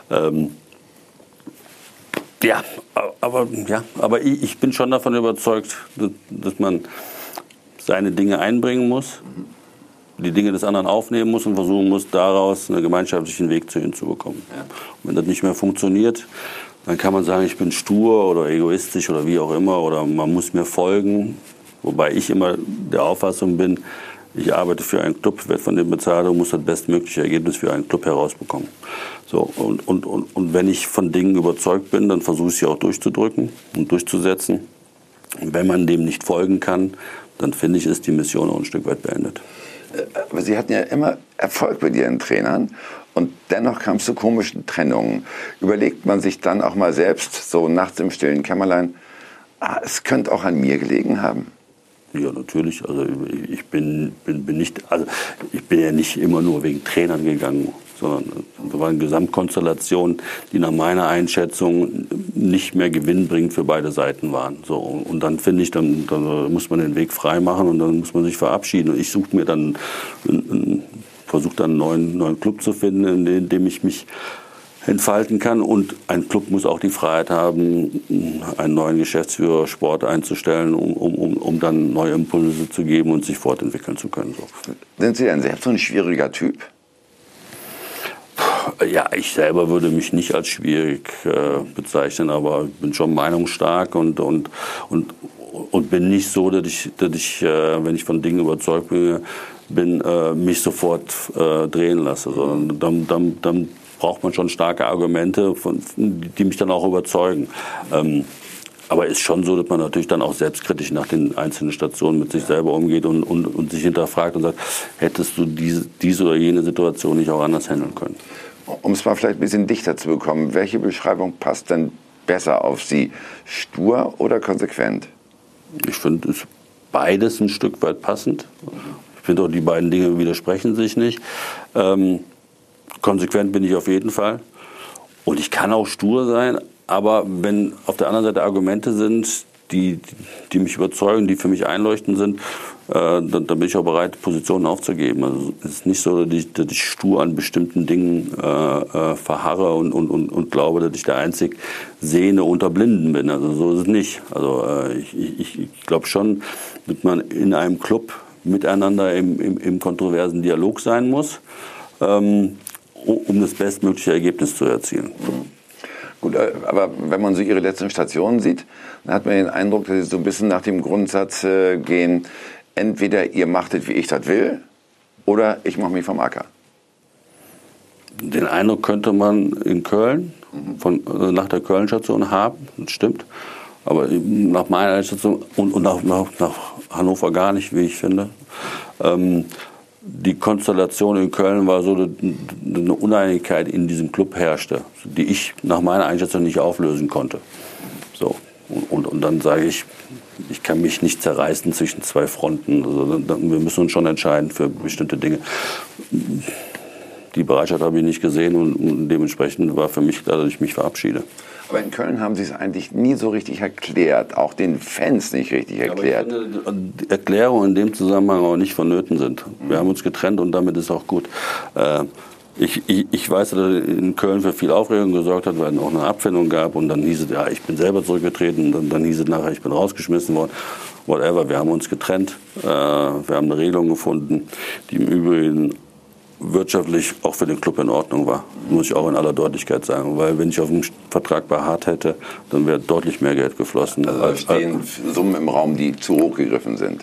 Aber ich bin schon davon überzeugt, dass man seine Dinge einbringen muss, die Dinge des anderen aufnehmen muss und versuchen muss, daraus einen gemeinschaftlichen Weg zu hinzubekommen. Ja. Und wenn das nicht mehr funktioniert, dann kann man sagen, ich bin stur oder egoistisch oder wie auch immer oder man muss mir folgen. Wobei ich immer der Auffassung bin, ich arbeite für einen Club, werde von dem bezahlt und muss das bestmögliche Ergebnis für einen Club herausbekommen. So, und wenn ich von Dingen überzeugt bin, dann versuche ich sie auch durchzudrücken und durchzusetzen. Und wenn man dem nicht folgen kann, dann finde ich, ist die Mission auch ein Stück weit beendet. Aber Sie hatten ja immer Erfolg mit Ihren Trainern und dennoch kam es zu komischen Trennungen. Überlegt man sich dann auch mal selbst, so nachts im stillen Kämmerlein, es könnte auch an mir gelegen haben? Ja, natürlich. Also ich bin ja nicht immer nur wegen Trainern gegangen, sondern es war eine Gesamtkonstellation, die nach meiner Einschätzung nicht mehr gewinnbringend für beide Seiten waren. So, und dann finde ich, dann muss man den Weg frei machen und dann muss man sich verabschieden. Und ich versuche dann einen neuen Club zu finden, in dem ich mich entfalten kann. Und ein Club muss auch die Freiheit haben, einen neuen Geschäftsführer Sport einzustellen, um dann neue Impulse zu geben und sich fortentwickeln zu können. So. Sind Sie denn selbst so ein schwieriger Typ? Ja, ich selber würde mich nicht als schwierig bezeichnen, aber bin schon meinungsstark und bin nicht so, dass ich, wenn ich von Dingen überzeugt bin, mich sofort drehen lasse. Sondern dann braucht man schon starke Argumente, die mich dann auch überzeugen. Aber es ist schon so, dass man natürlich dann auch selbstkritisch nach den einzelnen Stationen mit sich selber umgeht und sich hinterfragt und sagt, hättest du diese oder jene Situation nicht auch anders handeln können? Um es mal vielleicht ein bisschen dichter zu bekommen, welche Beschreibung passt denn besser auf Sie? Stur oder konsequent? Ich finde es beides ein Stück weit passend. Ich finde auch, die beiden Dinge widersprechen sich nicht. Konsequent bin ich auf jeden Fall. Und ich kann auch stur sein, aber wenn auf der anderen Seite Argumente sind, die mich überzeugen, die für mich einleuchtend sind, dann bin ich auch bereit, Positionen aufzugeben. Also es ist nicht so, dass ich stur an bestimmten Dingen verharre und glaube, dass ich der einzig Sehende unter Blinden bin. Also so ist es nicht. Also ich glaube schon, dass man in einem Club miteinander im kontroversen Dialog sein muss, um das bestmögliche Ergebnis zu erzielen. Gut, aber wenn man so Ihre letzten Stationen sieht, dann hat man den Eindruck, dass Sie so ein bisschen nach dem Grundsatz gehen, entweder ihr macht es, wie ich das will, oder ich mache mich vom Acker. Den Eindruck könnte man in Köln, nach der Köln-Station haben, das stimmt. Aber nach meiner Station und nach Hannover gar nicht, wie ich finde. Die Konstellation in Köln war so, dass eine Uneinigkeit in diesem Club herrschte, die ich nach meiner Einschätzung nicht auflösen konnte. So. Und dann sage ich kann mich nicht zerreißen zwischen zwei Fronten. Also, wir müssen uns schon entscheiden für bestimmte Dinge. Die Bereitschaft habe ich nicht gesehen und dementsprechend war für mich klar, dass ich mich verabschiede. Aber in Köln haben Sie es eigentlich nie so richtig erklärt, auch den Fans nicht richtig erklärt. Aber ich finde, die Erklärungen in dem Zusammenhang auch nicht vonnöten sind. Wir haben uns getrennt und damit ist auch gut. Ich weiß, dass er in Köln für viel Aufregung gesorgt hat, weil es auch eine Abfindung gab und dann hieß es, ja, ich bin selber zurückgetreten und dann hieß es nachher, ich bin rausgeschmissen worden. Whatever, wir haben uns getrennt, wir haben eine Regelung gefunden, die im Übrigen wirtschaftlich auch für den Club in Ordnung war, muss ich auch in aller Deutlichkeit sagen, weil wenn ich auf dem Vertrag beharrt hätte, dann wäre deutlich mehr Geld geflossen. Also stehen Summen im Raum, die zu hoch gegriffen sind?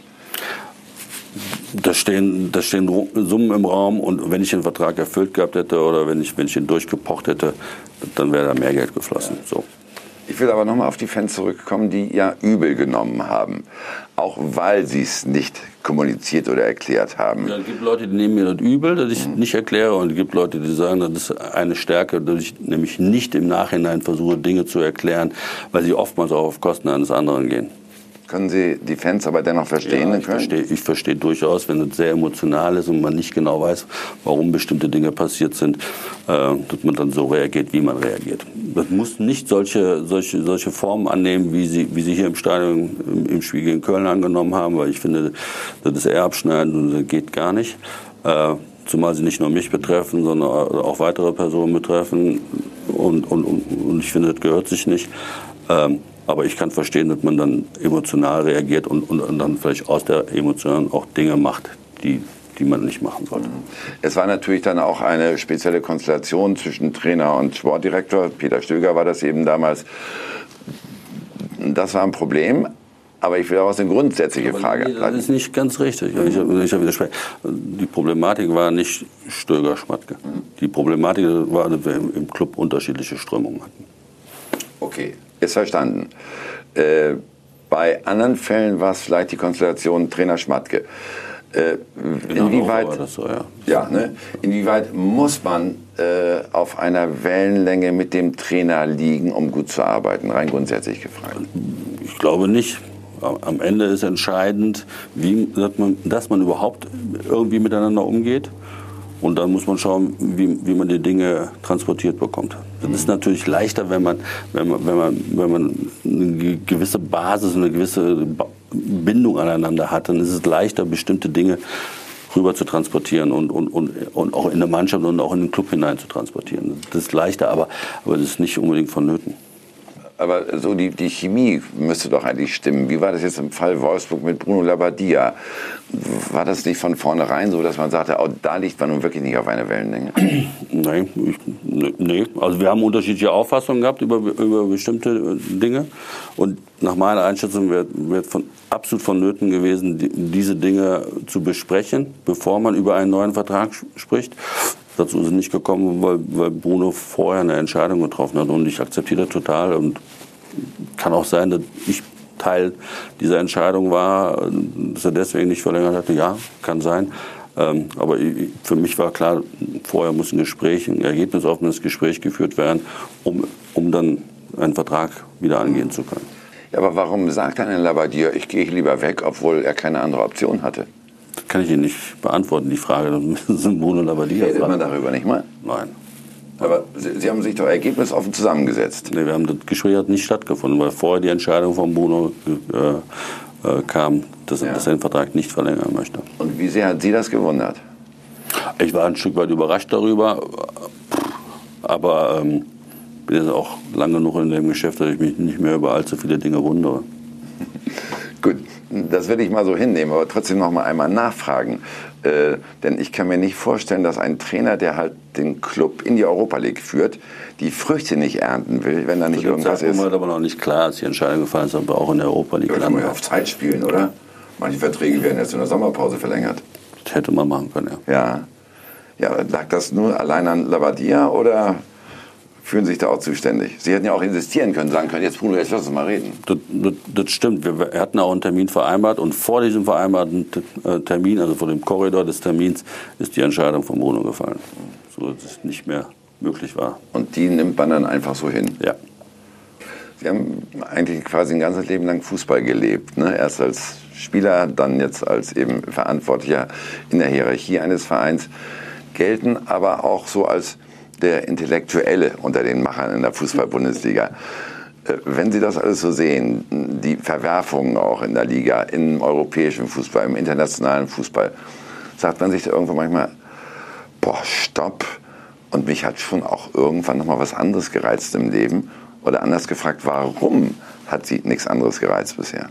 Da stehen Summen im Raum und wenn ich den Vertrag erfüllt gehabt hätte oder wenn ich ihn durchgepocht hätte, dann wäre da mehr Geld geflossen. So. Ich will aber nochmal auf die Fans zurückkommen, die ja übel genommen haben, auch weil sie es nicht kommuniziert oder erklärt haben. Ja, es gibt Leute, die nehmen mir das übel, dass ich nicht erkläre, und es gibt Leute, die sagen, das ist eine Stärke, dass ich nämlich nicht im Nachhinein versuche, Dinge zu erklären, weil sie oftmals auch auf Kosten eines anderen gehen. Können Sie die Fans aber dennoch verstehen? Ja, ich verstehe durchaus, wenn es sehr emotional ist und man nicht genau weiß, warum bestimmte Dinge passiert sind, dass man dann so reagiert, wie man reagiert. Das muss nicht solche Formen annehmen, wie sie hier im Stadion im Spiel gegen Köln angenommen haben, weil ich finde, das ist eher abschneidend und das geht gar nicht. Zumal sie nicht nur mich betreffen, sondern auch weitere Personen betreffen und ich finde, das gehört sich nicht. Aber ich kann verstehen, dass man dann emotional reagiert und dann vielleicht aus der Emotion auch Dinge macht, die man nicht machen sollte. Es war natürlich dann auch eine spezielle Konstellation zwischen Trainer und Sportdirektor. Peter Stöger war das eben damals. Das war ein Problem. Aber ich will auch eine grundsätzliche Frage. Nee, das ist nicht ganz richtig. Ich widerspreche. Die Problematik war nicht Stöger-Schmatke. Die Problematik war, dass wir im Club unterschiedliche Strömungen hatten. Okay. Ist verstanden. Bei anderen Fällen war es vielleicht die Konstellation Trainer Schmatke. Inwieweit, war das so, ja. Ja, ne? Inwieweit muss man auf einer Wellenlänge mit dem Trainer liegen, um gut zu arbeiten? Rein grundsätzlich gefragt. Ich glaube nicht. Am Ende ist entscheidend, dass man überhaupt irgendwie miteinander umgeht. Und dann muss man schauen, wie man die Dinge transportiert bekommt. Das ist natürlich leichter, wenn man eine gewisse Basis, eine gewisse Bindung aneinander hat. Dann ist es leichter, bestimmte Dinge rüber zu transportieren und auch in der Mannschaft und auch in den Club hinein zu transportieren. Das ist leichter, aber das ist nicht unbedingt vonnöten. Aber so die Chemie müsste doch eigentlich stimmen. Wie war das jetzt im Fall Wolfsburg mit Bruno Labbadia? War das nicht von vornherein so, dass man sagte, oh, da liegt man nun wirklich nicht auf einer Wellenlänge? Nee. Also wir haben unterschiedliche Auffassungen gehabt über bestimmte Dinge. Und nach meiner Einschätzung wäre absolut vonnöten gewesen, diese Dinge zu besprechen, bevor man über einen neuen Vertrag spricht. Dazu ist es nicht gekommen, weil Bruno vorher eine Entscheidung getroffen hat. Und ich akzeptiere das total. Und kann auch sein, dass ich Teil dieser Entscheidung war, dass er deswegen nicht verlängert hatte. Ja, kann sein. Aber für mich war klar, vorher muss ein ergebnisoffenes Gespräch geführt werden, um dann einen Vertrag wieder angehen zu können. Ja, aber warum sagt dann ein Labbadia, ich gehe lieber weg, obwohl er keine andere Option hatte? Das kann ich Ihnen nicht beantworten, die Frage. Das müssen Bruno Labbadia fragen. Redet man darüber nicht mal? Nein. Aber Sie haben sich doch ergebnisoffen zusammengesetzt. Nee, das Gespräch hat nicht stattgefunden, weil vorher die Entscheidung von Bruno kam, dass er den Vertrag nicht verlängern möchte. Und wie sehr hat Sie das gewundert? Ich war ein Stück weit überrascht darüber, aber bin jetzt auch lange genug in dem Geschäft, dass ich mich nicht mehr über allzu viele Dinge wundere. Gut, das will ich mal so hinnehmen, aber trotzdem noch mal einmal nachfragen. Denn ich kann mir nicht vorstellen, dass ein Trainer, der halt den Club in die Europa League führt, die Früchte nicht ernten will, wenn da nicht irgendwas ist. Das war aber noch nicht klar, als die Entscheidung gefallen ist, ob wir auch in der Europa League landen. Ja, kann man ja auf Zeit spielen, oder? Manche Verträge werden erst in der Sommerpause verlängert. Das hätte man machen können, ja. Ja, lag das nur allein an Labbadia oder fühlen sich da auch zuständig? Sie hätten ja auch insistieren können, sagen können, jetzt Bruno, jetzt lass uns mal reden. Das stimmt. Wir hatten auch einen Termin vereinbart und vor diesem vereinbarten Termin, also vor dem Korridor des Termins, ist die Entscheidung von Bruno gefallen, so dass es nicht mehr möglich war. Und die nimmt man dann einfach so hin? Ja. Sie haben eigentlich quasi ein ganzes Leben lang Fußball gelebt, ne? Erst als Spieler, dann jetzt als eben Verantwortlicher in der Hierarchie eines Vereins, gelten aber auch so als der Intellektuelle unter den Machern in der Fußball-Bundesliga. Wenn Sie das alles so sehen, die Verwerfungen auch in der Liga, im europäischen Fußball, im internationalen Fußball, sagt man sich da irgendwo manchmal, boah, stopp, Und mich hat schon auch irgendwann noch mal was anderes gereizt im Leben. Oder anders gefragt, warum hat Sie nichts anderes gereizt bisher?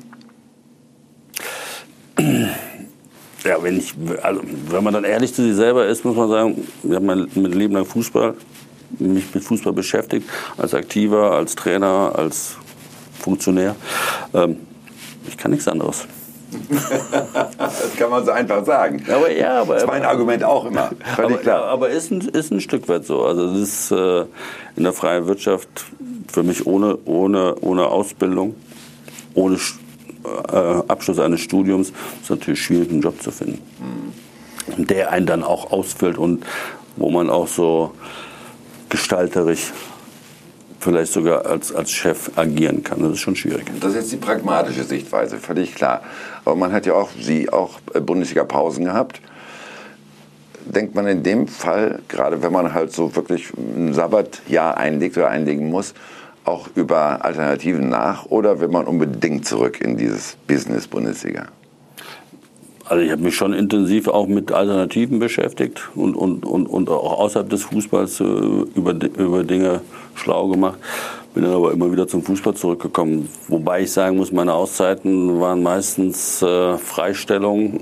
Ja, wenn man dann ehrlich zu sich selber ist, muss man sagen, ich habe mein Leben lang mich mit Fußball beschäftigt, als Aktiver, als Trainer, als Funktionär. Ich kann nichts anderes. Das kann man so einfach sagen. Das ist mein Argument auch immer. Völlig klar. Aber ist ein Stück weit so. Also das ist in der freien Wirtschaft für mich ohne Ausbildung, ohne Abschluss eines Studiums, ist natürlich schwierig, einen Job zu finden. Der einen dann auch ausfüllt und wo man auch so gestalterisch vielleicht sogar als Chef agieren kann. Das ist schon schwierig. Das ist jetzt die pragmatische Sichtweise, völlig klar. Aber man hat ja auch, Sie auch Bundesliga-Pausen gehabt. Denkt man in dem Fall, gerade wenn man halt so wirklich ein Sabbatjahr einlegt oder einlegen muss, auch über Alternativen nach, oder will man unbedingt zurück in dieses Business Bundesliga? Also ich habe mich schon intensiv auch mit Alternativen beschäftigt und auch außerhalb des Fußballs über Dinge schlau gemacht. Bin dann aber immer wieder zum Fußball zurückgekommen. Wobei ich sagen muss, meine Auszeiten waren meistens Freistellungen.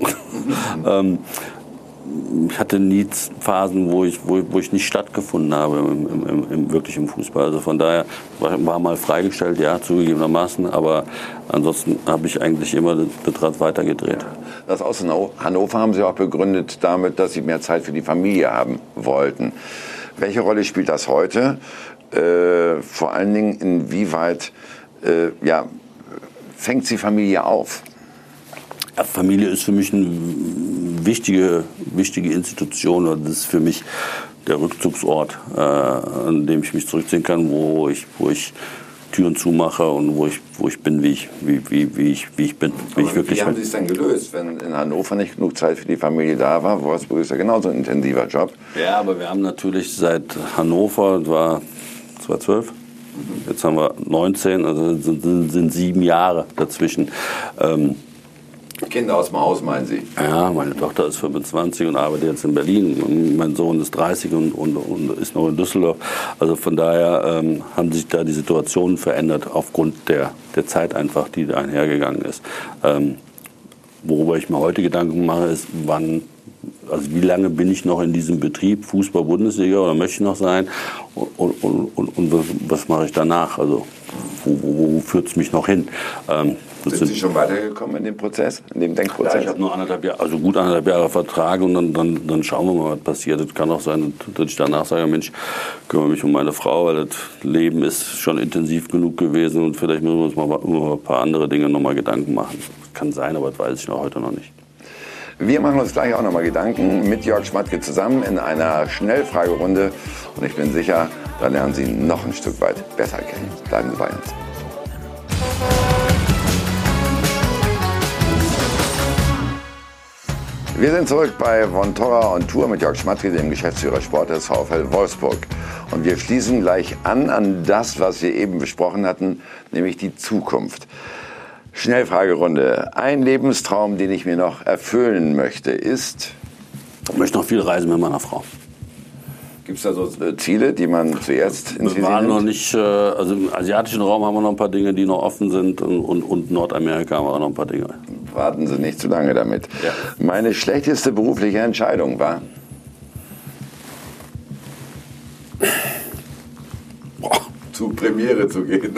Ich hatte nie Phasen, wo ich nicht stattgefunden habe, wirklich im Fußball. Also von daher war mal freigestellt, ja, zugegebenermaßen. Aber ansonsten habe ich eigentlich immer das Rad weitergedreht. Das aus Hannover haben Sie auch begründet damit, dass Sie mehr Zeit für die Familie haben wollten. Welche Rolle spielt das heute? Vor allen Dingen, inwieweit fängt Sie Familie auf? Ja, Familie ist für mich eine wichtige Institution. Das ist für mich der Rückzugsort, an dem ich mich zurückziehen kann, wo ich Türen zumache und wo ich bin, wie ich bin. Wie haben Sie es dann gelöst, wenn in Hannover nicht genug Zeit für die Familie da war? Wolfsburg ist ja genauso ein intensiver Job. Ja, aber wir haben natürlich seit Hannover, das war 2012, jetzt haben wir 19, also sind 7 Jahre dazwischen. Kinder aus dem Haus, meinen Sie? Ja, meine Tochter ist 25 und arbeitet jetzt in Berlin. Mein Sohn ist 30 und ist noch in Düsseldorf. Also von daher haben sich da die Situationen verändert aufgrund der Zeit einfach, die da einhergegangen ist. Worüber ich mir heute Gedanken mache, ist, wie lange bin ich noch in diesem Betrieb Fußball-Bundesliga oder möchte ich noch sein und was mache ich danach? Also wo führt es mich noch hin? Sind Sie schon weitergekommen in dem Prozess, in dem Denkprozess? Ja, ich habe nur gut 1,5 Jahre Vertrag und dann schauen wir mal, was passiert. Es kann auch sein, dass ich danach sage, Mensch, kümmere mich um meine Frau, weil das Leben ist schon intensiv genug gewesen und vielleicht müssen wir uns mal über ein paar andere Dinge nochmal Gedanken machen. Das kann sein, aber das weiß ich heute noch nicht. Wir machen uns gleich auch nochmal Gedanken mit Jörg Schmatke zusammen in einer Schnellfragerunde. Und ich bin sicher, da lernen Sie noch ein Stück weit besser kennen. Bleiben Sie bei uns. Wir sind zurück bei Von Torra on Tour mit Jörg Schmatke, dem Geschäftsführer Sport des VfL Wolfsburg. Und wir schließen gleich an das, was wir eben besprochen hatten, nämlich die Zukunft. Schnellfragerunde. Ein Lebenstraum, den ich mir noch erfüllen möchte, ist? Ich möchte noch viel reisen mit meiner Frau. Gibt es da so Ziele, die man zuerst ins Visier nimmt? Noch nicht, also im asiatischen Raum haben wir noch ein paar Dinge, die noch offen sind und Nordamerika haben wir auch noch ein paar Dinge. Warten Sie nicht zu lange damit. Ja. Meine schlechteste berufliche Entscheidung war? Zu Premiere zu gehen.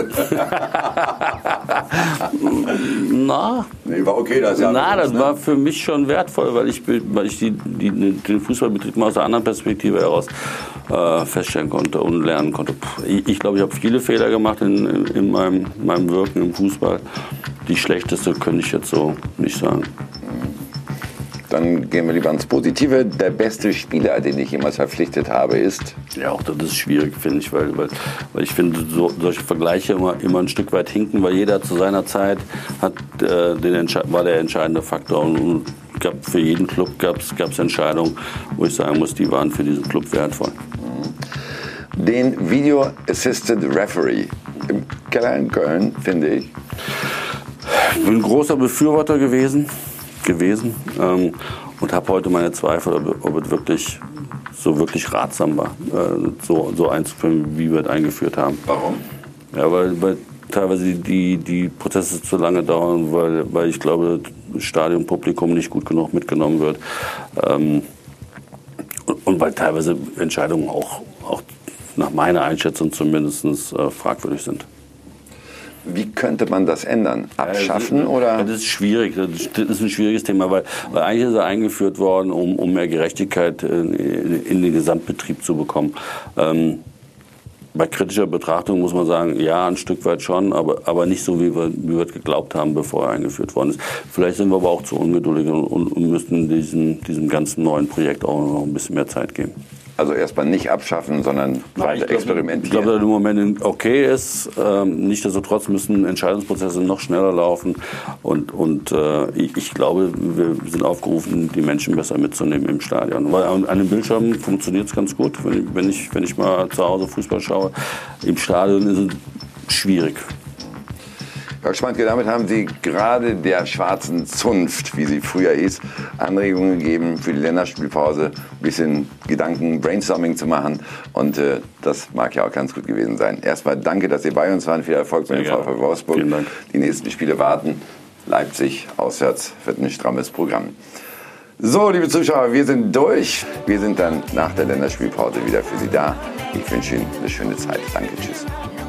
Nee, war okay, das ja. Das war für mich schon wertvoll, weil ich den Fußballbetrieb mal aus einer anderen Perspektive heraus feststellen konnte und lernen konnte. Ich glaube, ich habe viele Fehler gemacht in meinem Wirken im Fußball. Die schlechteste könnte ich jetzt so nicht sagen. Dann gehen wir lieber ins Positive. Der beste Spieler, den ich jemals verpflichtet habe, ist? Ja, auch das ist schwierig, finde ich, weil ich finde, solche Vergleiche immer ein Stück weit hinken, weil jeder zu seiner Zeit war der entscheidende Faktor. Und für jeden Club gab es Entscheidungen, wo ich sagen muss, die waren für diesen Club wertvoll. Den Video Assisted Referee im Keller in Köln, finde ich. Ich bin ein großer Befürworter gewesen und habe heute meine Zweifel, ob es wirklich so wirklich ratsam war, so einzuführen, wie wir es eingeführt haben. Warum? Ja, weil teilweise die Prozesse zu lange dauern, weil ich glaube, das Stadionpublikum nicht gut genug mitgenommen wird. Und weil teilweise Entscheidungen auch nach meiner Einschätzung zumindest fragwürdig sind. Wie könnte man das ändern? Abschaffen oder? Das ist schwierig. Das ist ein schwieriges Thema, weil eigentlich ist er eingeführt worden, um mehr Gerechtigkeit in den Gesamtbetrieb zu bekommen. Bei kritischer Betrachtung muss man sagen, ja, ein Stück weit schon, aber nicht so, wie wir geglaubt haben, bevor er eingeführt worden ist. Vielleicht sind wir aber auch zu ungeduldig und müssten diesem ganzen neuen Projekt auch noch ein bisschen mehr Zeit geben. Also erstmal nicht abschaffen, sondern weiter experimentieren. Ich glaube, dass im Moment okay ist. Nichtsdestotrotz müssen Entscheidungsprozesse noch schneller laufen. Und ich glaube, wir sind aufgerufen, die Menschen besser mitzunehmen im Stadion. Weil an den Bildschirmen funktioniert es ganz gut. Wenn ich mal zu Hause Fußball schaue, im Stadion ist es schwierig. Herr Schmandke, damit haben Sie gerade der schwarzen Zunft, wie sie früher hieß, Anregungen gegeben für die Länderspielpause, ein bisschen Gedanken, Brainstorming zu machen. Und das mag ja auch ganz gut gewesen sein. Erstmal danke, dass Sie bei uns waren. Viel Erfolg mit dem VfL Wolfsburg. Vielen Dank. Die nächsten Spiele warten. Leipzig auswärts wird ein strammes Programm. So, liebe Zuschauer, wir sind durch. Wir sind dann nach der Länderspielpause wieder für Sie da. Ich wünsche Ihnen eine schöne Zeit. Danke, tschüss.